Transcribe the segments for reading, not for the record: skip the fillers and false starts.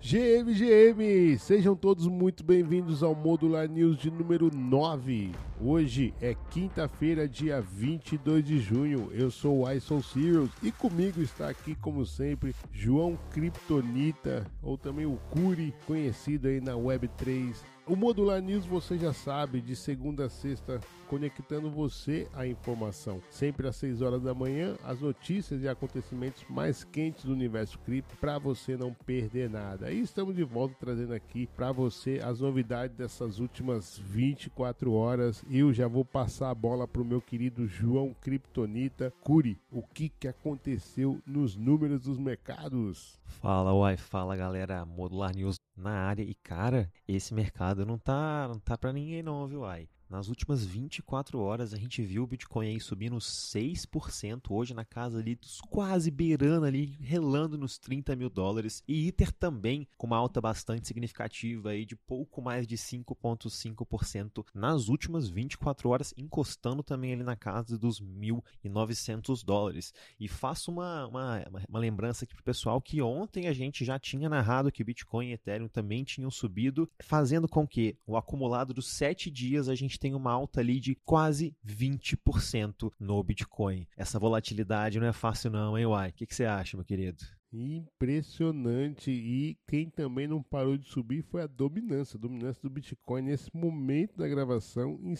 GM, sejam todos muito bem-vindos ao Modular News de número 9. Hoje é quinta-feira, dia 22 de junho. Eu sou o iSoulSerious e comigo está aqui, como sempre, João Kryptonita, ou também o Curi, conhecido aí na Web3. O Modular News, você já sabe, de segunda a sexta, conectando você à informação. Sempre às 6 horas da manhã, as notícias e acontecimentos mais quentes do universo cripto, para você não perder nada. E estamos de volta trazendo aqui para você as novidades dessas últimas 24 horas. Eu já vou passar a bola para o meu querido João Kryptonita. Curi, o que aconteceu nos números dos mercados? Fala galera, Modular News na área. E cara, esse mercado não tá pra ninguém não, viu, Uai? Nas últimas 24 horas a gente viu o Bitcoin aí subindo 6%, hoje na casa ali, quase beirando ali, relando nos 30 mil dólares. E Ether também com uma alta bastante significativa aí de pouco mais de 5,5% nas últimas 24 horas, encostando também ali na casa dos 1.900 dólares. E faço uma lembrança aqui pro pessoal que ontem a gente já tinha narrado que Bitcoin e Ethereum também tinham subido, fazendo com que o acumulado dos 7 dias a gente tem uma alta ali de quase 20% no Bitcoin. Essa volatilidade não é fácil não, hein, Uai? O que você acha, meu querido? Impressionante. E quem também não parou de subir foi a dominância do Bitcoin nesse momento da gravação em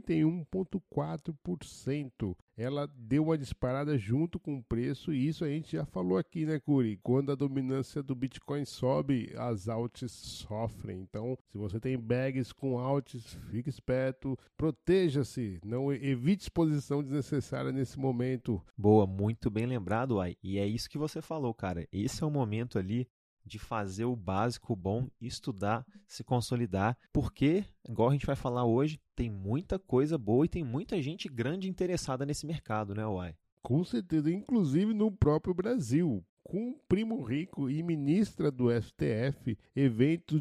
51,4%. Ela deu uma disparada junto com o preço e isso a gente já falou aqui, né, Curi? Quando a dominância do Bitcoin sobe, as alts sofrem. Então, se você tem bags com alts, fique esperto, proteja-se, não evite exposição desnecessária nesse momento. Boa, muito bem lembrado, Uai. E é isso que você falou, cara. Esse é o momento ali de fazer o básico bom, estudar, se consolidar, porque, igual a gente vai falar hoje, tem muita coisa boa e tem muita gente grande interessada nesse mercado, né, Uai? Com certeza, inclusive no próprio Brasil. Com o Primo Rico e ministra do STF, evento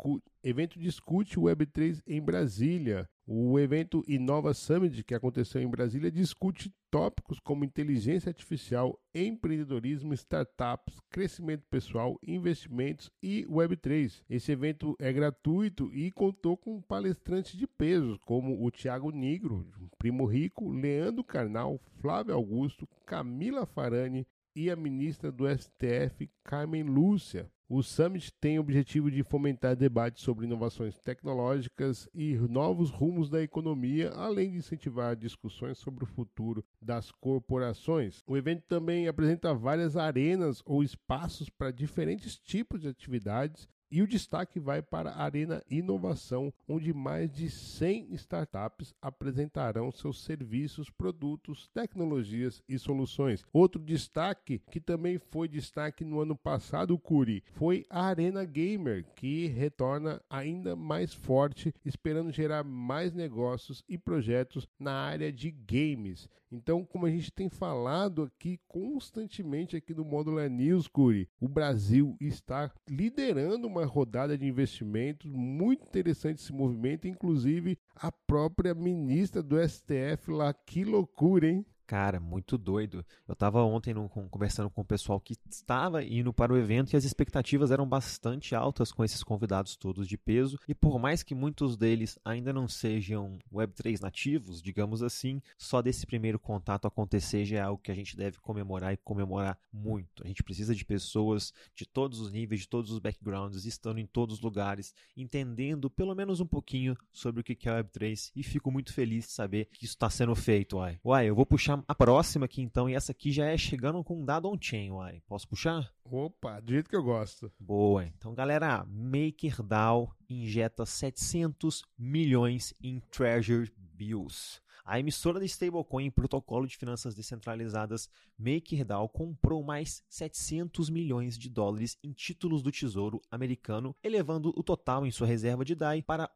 discute Web3 em Brasília. O evento Inova Summit, que aconteceu em Brasília, discute tópicos como inteligência artificial, empreendedorismo, startups, crescimento pessoal, investimentos e Web3. Esse evento é gratuito e contou com palestrantes de peso, como o Thiago Nigro, Primo Rico, Leandro Carnal, Flávio Augusto, Camila Farani e a ministra do STF, Carmen Lúcia. O Summit tem o objetivo de fomentar debates sobre inovações tecnológicas e novos rumos da economia, além de incentivar discussões sobre o futuro das corporações. O evento também apresenta várias arenas ou espaços para diferentes tipos de atividades. E o destaque vai para a Arena Inovação, onde mais de 100 startups apresentarão seus serviços, produtos, tecnologias e soluções. Outro destaque, que também foi destaque no ano passado, Curi, foi a Arena Gamer, que retorna ainda mais forte, esperando gerar mais negócios e projetos na área de games. Então, como a gente tem falado aqui constantemente aqui no Modular News, Curi, o Brasil está liderando uma rodada de investimentos, muito interessante esse movimento, inclusive a própria ministra do STF lá, que loucura, hein? Cara, muito doido. Eu estava ontem conversando com o pessoal que estava indo para o evento e as expectativas eram bastante altas com esses convidados todos de peso. E por mais que muitos deles ainda não sejam Web3 nativos, digamos assim, só desse primeiro contato acontecer já é algo que a gente deve comemorar e comemorar muito. A gente precisa de pessoas de todos os níveis, de todos os backgrounds, estando em todos os lugares, entendendo pelo menos um pouquinho sobre o que é Web3 e fico muito feliz de saber que isso está sendo feito, Uai. Uai, eu vou puxar a próxima aqui então, e essa aqui já é chegando com um dado on-chain, Uai. Posso puxar? Opa, do jeito que eu gosto. Boa. Então, galera, MakerDAO injeta 700 milhões em Treasury Bills. A emissora de stablecoin em protocolo de finanças descentralizadas MakerDAO comprou mais 700 milhões de dólares em títulos do Tesouro americano, elevando o total em sua reserva de DAI para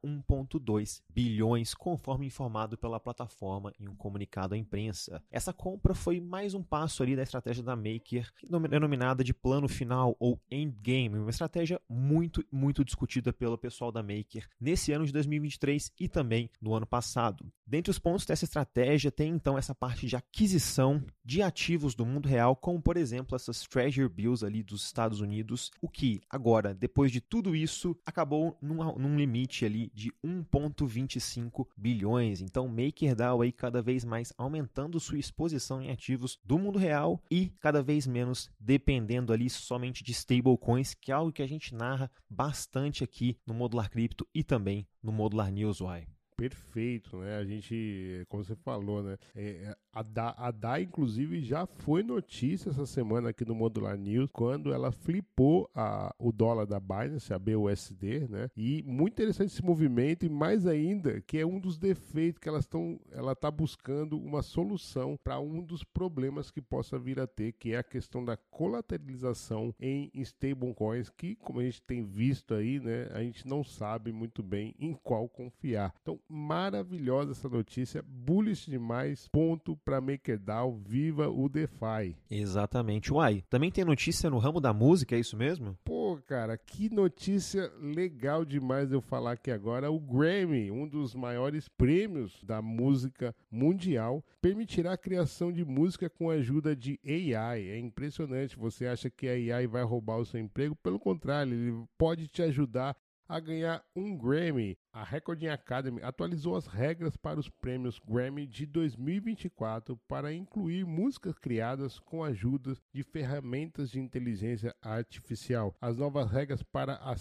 1,2 bilhões, conforme informado pela plataforma em um comunicado à imprensa. Essa compra foi mais um passo ali da estratégia da Maker, denominada de plano final ou endgame, uma estratégia muito discutida pelo pessoal da Maker nesse ano de 2023 e também no ano passado. Dentre os pontos dessa estratégia tem então essa parte de aquisição de ativos do mundo real, como por exemplo essas Treasury Bills ali dos Estados Unidos, o que agora, depois de tudo isso, acabou num limite ali de 1,25 bilhões. Então MakerDAO aí cada vez mais aumentando sua exposição em ativos do mundo real e cada vez menos dependendo ali somente de stablecoins, que é algo que a gente narra bastante aqui no Modular Cripto e também no Modular News. Perfeito, né? A gente, como você falou, né? A DAI, inclusive, já foi notícia essa semana aqui no Modular News, quando ela flipou o dólar da Binance, a BUSD, né? E muito interessante esse movimento, e mais ainda, que é um dos defeitos que ela está buscando uma solução para um dos problemas que possa vir a ter, que é a questão da colateralização em stablecoins, que, como a gente tem visto aí, né? A gente não sabe muito bem em qual confiar. Então, maravilhosa essa notícia, bullish demais, ponto para MakerDAO, viva o DeFi. Exatamente. Uai, também tem notícia no ramo da música, é isso mesmo? Pô, cara, que notícia legal demais eu falar aqui agora. O Grammy, um dos maiores prêmios da música mundial, permitirá a criação de música com a ajuda de AI. É impressionante, você acha que a AI vai roubar o seu emprego? Pelo contrário, ele pode te ajudar a ganhar um Grammy. A Recording Academy atualizou as regras para os prêmios Grammy de 2024 para incluir músicas criadas com a ajuda de ferramentas de inteligência artificial. As novas regras para a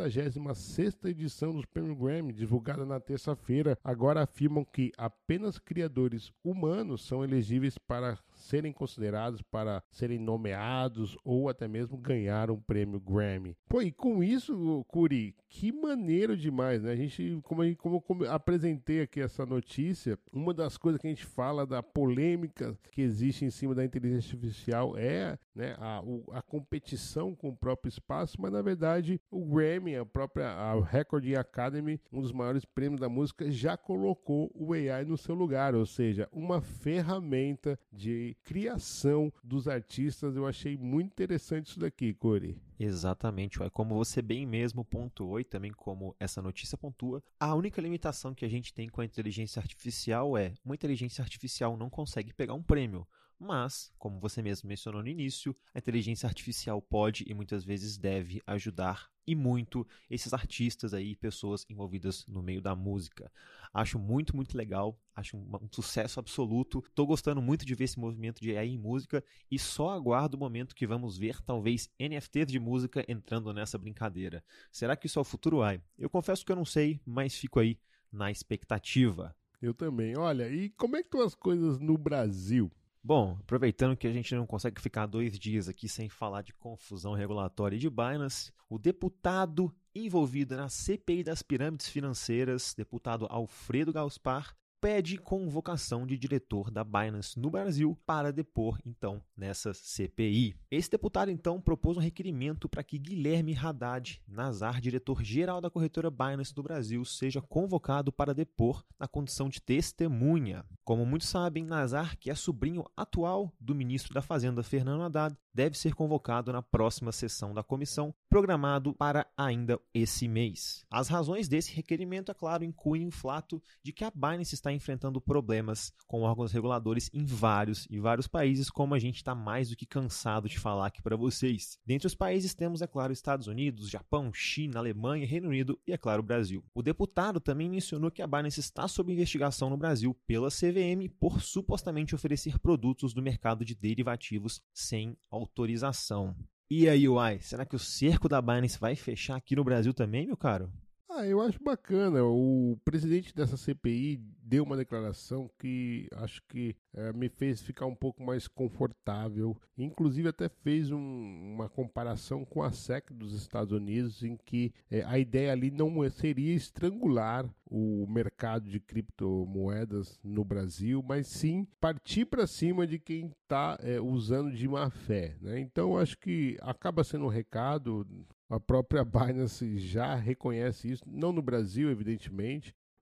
66ª edição dos prêmios Grammy, divulgada na terça-feira, agora afirmam que apenas criadores humanos são elegíveis para serem considerados para serem nomeados ou até mesmo ganhar um prêmio Grammy. Pô, e com isso, Curi, que maneiro demais, né? Como eu apresentei aqui essa notícia, uma das coisas que a gente fala da polêmica que existe em cima da inteligência artificial é, né, a competição com o próprio espaço, mas na verdade o Grammy, a Recording Academy, um dos maiores prêmios da música, já colocou o AI no seu lugar, ou seja, uma ferramenta de criação dos artistas. Eu achei muito interessante isso daqui, Cori. Exatamente, como você bem mesmo pontuou e também como essa notícia pontua, a única limitação que a gente tem com a inteligência artificial é uma inteligência artificial não consegue pegar um prêmio. Mas, como você mesmo mencionou no início, a inteligência artificial pode e muitas vezes deve ajudar e muito esses artistas aí, pessoas envolvidas no meio da música. Acho muito, muito legal, acho um sucesso absoluto. Estou gostando muito de ver esse movimento de AI em música e só aguardo o momento que vamos ver, talvez, NFTs de música entrando nessa brincadeira. Será que isso é o futuro? Eu confesso que eu não sei, mas fico aí na expectativa. Eu também. Olha, e como é que estão as coisas no Brasil? Bom, aproveitando que a gente não consegue ficar 2 dias aqui sem falar de confusão regulatória de Binance, o deputado envolvido na CPI das pirâmides financeiras, deputado Alfredo Gaspar, pede convocação de diretor da Binance no Brasil para depor, então, nessa CPI. Esse deputado, então, propôs um requerimento para que Guilherme Haddad Nazar, diretor-geral da corretora Binance do Brasil, seja convocado para depor na condição de testemunha. Como muitos sabem, Nazar, que é sobrinho atual do ministro da Fazenda, Fernando Haddad, deve ser convocado na próxima sessão da comissão, programado para ainda esse mês. As razões desse requerimento, é claro, incluem o fato de que a Binance está enfrentando problemas com órgãos reguladores em vários países, como a gente está mais do que cansado de falar aqui para vocês. Dentre os países temos, é claro, Estados Unidos, Japão, China, Alemanha, Reino Unido e, é claro, Brasil. O deputado também mencionou que a Binance está sob investigação no Brasil pela CVM por supostamente oferecer produtos do mercado de derivativos sem autorização. E aí, será que o cerco da Binance vai fechar aqui no Brasil também, meu caro? Eu acho bacana. O presidente dessa CPI deu uma declaração que acho que me fez ficar um pouco mais confortável. Inclusive até fez uma comparação com a SEC dos Estados Unidos, em que a ideia ali não seria estrangular o mercado de criptomoedas no Brasil, mas sim partir para cima de quem está usando de má fé, né? Então acho que acaba sendo um recado. A própria Binance já reconhece isso, não no Brasil, evidentemente,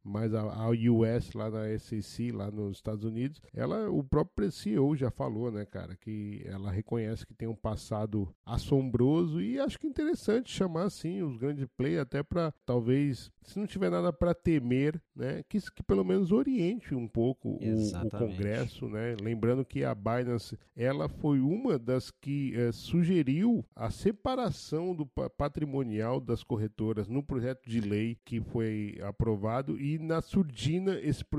mas a US lá na SEC, lá nos Estados Unidos, o próprio CEO já falou, né, cara, que ela reconhece que tem um passado assombroso e acho que é interessante chamar, assim, os grandes players até para, talvez, se não tiver nada para temer, né, que pelo menos oriente um pouco o Congresso, né, lembrando que a Binance, ela foi uma das que sugeriu a separação do patrimonial das corretoras no projeto de lei que foi aprovado e na surdina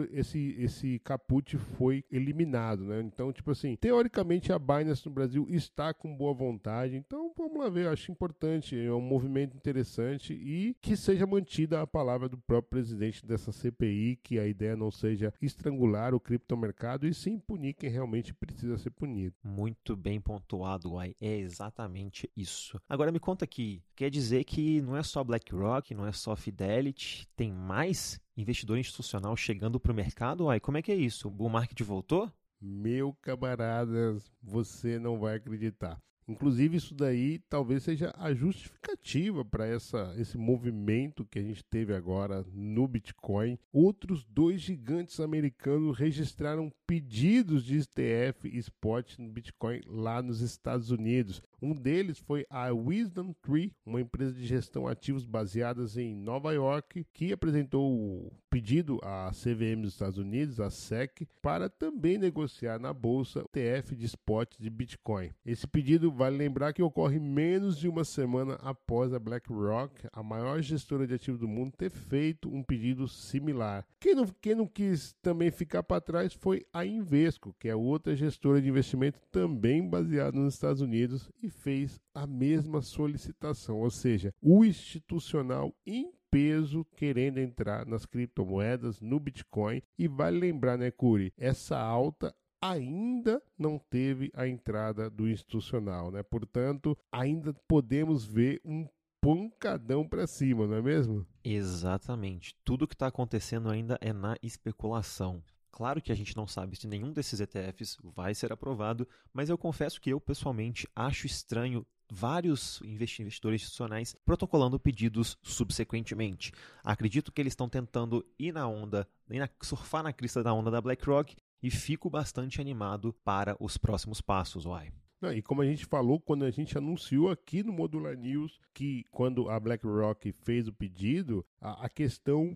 esse caput foi eliminado, né? Então, tipo assim, teoricamente a Binance no Brasil está com boa vontade, então vamos lá ver, eu acho importante, é um movimento interessante e que seja mantida a palavra do próprio presidente dessa CPI, que a ideia não seja estrangular o criptomercado e sim punir quem realmente precisa ser punido. Muito bem pontuado, Uai. É exatamente isso. Agora me conta aqui, quer dizer que não é só BlackRock, não é só Fidelity, tem mais investidor institucional chegando para o mercado? Uai, como é que é isso? O bull market voltou? Meu camarada, você não vai acreditar. Inclusive, isso daí talvez seja a justificativa para esse movimento que a gente teve agora no Bitcoin. Outros 2 gigantes americanos registraram pedidos de ETF e spot no Bitcoin lá nos Estados Unidos. Um deles foi a Wisdom Tree, uma empresa de gestão ativos baseadas em Nova York, que apresentou o pedido à CVM dos Estados Unidos, a SEC, para também negociar na bolsa ETF de spot de Bitcoin. Esse pedido, vale lembrar que ocorre menos de uma semana após a BlackRock, a maior gestora de ativos do mundo, ter feito um pedido similar. Quem não quis também ficar para trás foi a Invesco, que é outra gestora de investimento também baseada nos Estados Unidos e fez a mesma solicitação, ou seja, o institucional em peso querendo entrar nas criptomoedas, no Bitcoin. E vale lembrar, né, Curi, essa alta ainda não teve a entrada do institucional, né? Portanto, ainda podemos ver um pancadão para cima, não é mesmo? Exatamente. Tudo que está acontecendo ainda é na especulação. Claro que a gente não sabe se nenhum desses ETFs vai ser aprovado, mas eu confesso que eu, pessoalmente, acho estranho vários investidores institucionais protocolando pedidos subsequentemente. Acredito que eles estão tentando ir na onda, surfar na crista da onda da BlackRock e fico bastante animado para os próximos passos, Uai. E como a gente falou, quando a gente anunciou aqui no Modular News que quando a BlackRock fez o pedido, a questão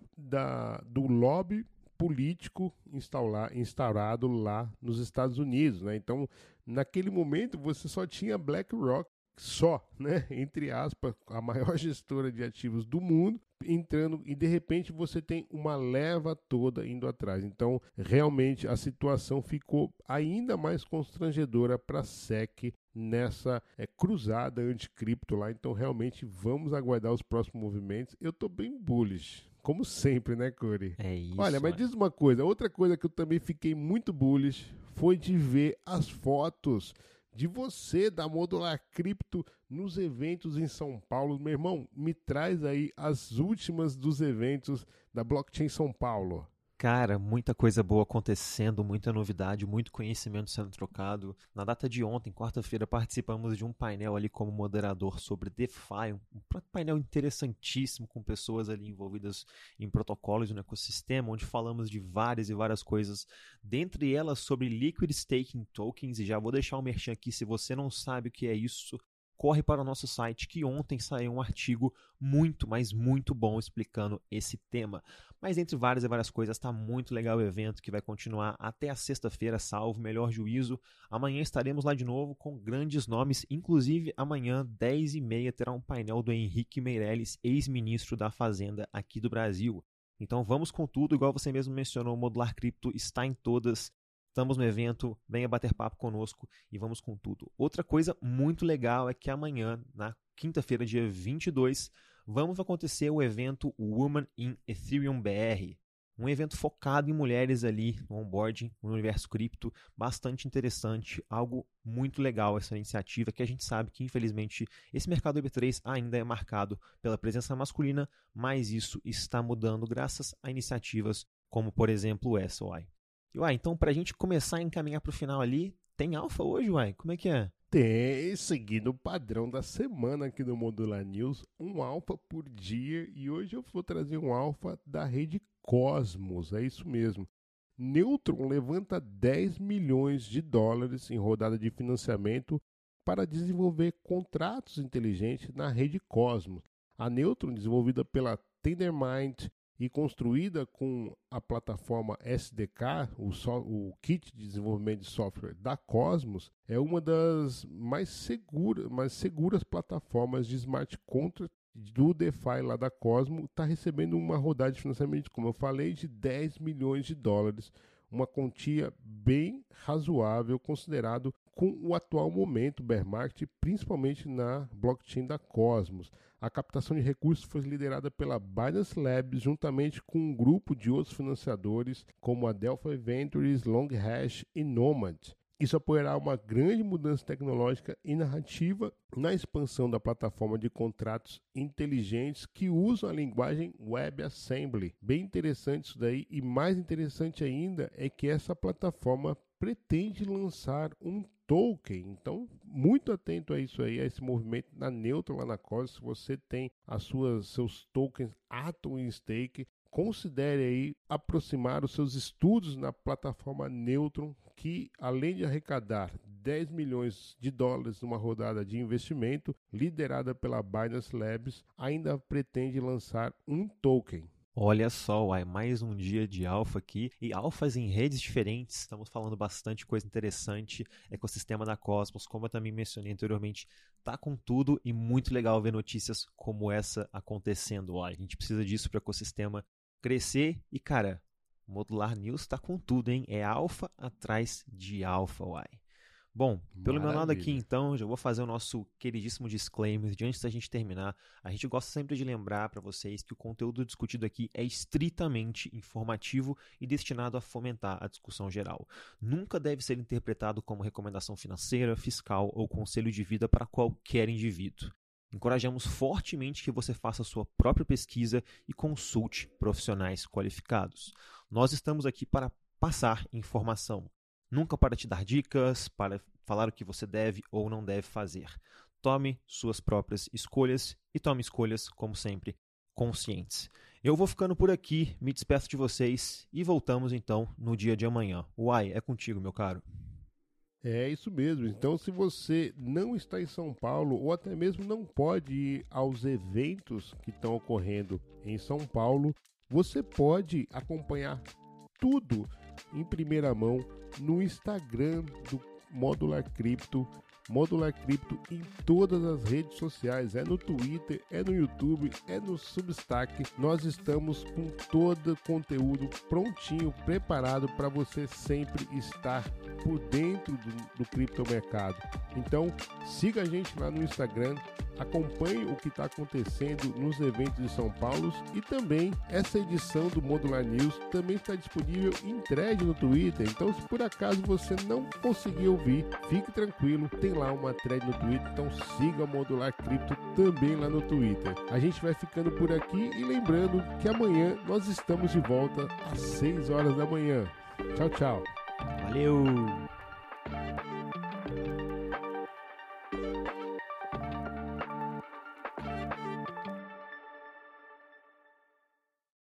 do lobby político instaurado lá nos Estados Unidos, né? Então, naquele momento, você só tinha BlackRock, né? Entre aspas, a maior gestora de ativos do mundo, entrando e de repente você tem uma leva toda indo atrás. Então, realmente, a situação ficou ainda mais constrangedora para a SEC nessa cruzada anticripto lá. Então, realmente, vamos aguardar os próximos movimentos. Eu tô bem bullish. Como sempre, né, Curi? É isso. Olha, mas diz uma coisa. Outra coisa que eu também fiquei muito bullish foi de ver as fotos de você da Modular Cripto nos eventos em São Paulo. Meu irmão, me traz aí as últimas dos eventos da Blockchain São Paulo. Cara, muita coisa boa acontecendo, muita novidade, muito conhecimento sendo trocado. Na data de ontem, quarta-feira, participamos de um painel ali como moderador sobre DeFi, um painel interessantíssimo com pessoas ali envolvidas em protocolos no ecossistema, onde falamos de várias e várias coisas, dentre elas sobre Liquid Staking Tokens, e já vou deixar um merchan aqui, se você não sabe o que é isso, corre para o nosso site, que ontem saiu um artigo muito, mas muito bom explicando esse tema. Mas entre várias e várias coisas, está muito legal o evento, que vai continuar até a sexta-feira, salvo melhor juízo. Amanhã estaremos lá de novo com grandes nomes, inclusive amanhã, 10h30, terá um painel do Henrique Meirelles, ex-ministro da Fazenda aqui do Brasil. Então vamos com tudo, igual você mesmo mencionou, o Modular Cripto está em todas. Estamos no evento, venha bater papo conosco e vamos com tudo. Outra coisa muito legal é que amanhã, na quinta-feira, dia 22, vamos acontecer o evento Women in Ethereum BR. Um evento focado em mulheres ali no onboarding, no universo cripto, bastante interessante, algo muito legal essa iniciativa, que a gente sabe que infelizmente esse mercado Web3 ainda é marcado pela presença masculina, mas isso está mudando graças a iniciativas como, por exemplo, essa, Uai. E, então, para a gente começar a encaminhar para o final ali, tem alfa hoje, Uai? Como é que é? Tem, seguindo o padrão da semana aqui no Modular News, um alfa por dia, e hoje eu vou trazer um alfa da rede Cosmos, é isso mesmo. Neutron levanta 10 milhões de dólares em rodada de financiamento para desenvolver contratos inteligentes na rede Cosmos. A Neutron, desenvolvida pela Tendermint e construída com a plataforma SDK, o kit de desenvolvimento de software da Cosmos, é uma das mais seguras plataformas de smart contract do DeFi lá da Cosmos. Está recebendo uma rodada de financiamento, como eu falei, de 10 milhões de dólares, uma quantia bem razoável considerado com o atual momento bear market, principalmente na blockchain da Cosmos. A captação de recursos foi liderada pela Binance Labs, juntamente com um grupo de outros financiadores, como a Delphi Ventures, Longhash e Nomad. Isso apoiará uma grande mudança tecnológica e narrativa na expansão da plataforma de contratos inteligentes que usam a linguagem WebAssembly. Bem interessante isso daí, e mais interessante ainda é que essa plataforma pretende lançar um token. Então, muito atento a isso aí, a esse movimento da Neutron lá na Cosmos. Se você tem seus tokens Atom em stake, considere aí aproximar os seus estudos na plataforma Neutron, que além de arrecadar 10 milhões de dólares numa rodada de investimento liderada pela Binance Labs, ainda pretende lançar um token. Olha só, uai, mais um dia de alfa aqui, e alfas em redes diferentes, estamos falando bastante coisa interessante, ecossistema da Cosmos, como eu também mencionei anteriormente, tá com tudo e muito legal ver notícias como essa acontecendo, uai, a gente precisa disso para o ecossistema crescer e, cara, Modular News tá com tudo, hein, é alfa atrás de alfa, uai. Bom, pelo meu lado aqui então, já vou fazer o nosso queridíssimo disclaimer de antes da gente terminar. A gente gosta sempre de lembrar para vocês que o conteúdo discutido aqui é estritamente informativo e destinado a fomentar a discussão geral. Nunca deve ser interpretado como recomendação financeira, fiscal ou conselho de vida para qualquer indivíduo. Encorajamos fortemente que você faça sua própria pesquisa e consulte profissionais qualificados. Nós estamos aqui para passar informação. Nunca para te dar dicas, para falar o que você deve ou não deve fazer. Tome suas próprias escolhas e tome escolhas, como sempre, conscientes. Eu vou ficando por aqui, me despeço de vocês e voltamos então no dia de amanhã. Uai, é contigo, meu caro. É isso mesmo. Então, se você não está em São Paulo ou até mesmo não pode ir aos eventos que estão ocorrendo em São Paulo, você pode acompanhar tudo em primeira mão no Instagram do Modular Crypto em todas as redes sociais, é no Twitter, é no YouTube, é no Substack. Nós estamos com todo o conteúdo prontinho, preparado para você sempre estar por dentro do criptomercado. Então, siga a gente lá no Instagram, acompanhe o que está acontecendo nos eventos de São Paulo e também essa edição do Modular News também está disponível em thread no Twitter. Então, se por acaso você não conseguir ouvir, fique tranquilo, tem lá uma thread no Twitter, então siga a Modular Crypto também lá no Twitter. A gente vai ficando por aqui e lembrando que amanhã nós estamos de volta às 6 horas da manhã. Tchau, tchau. Valeu!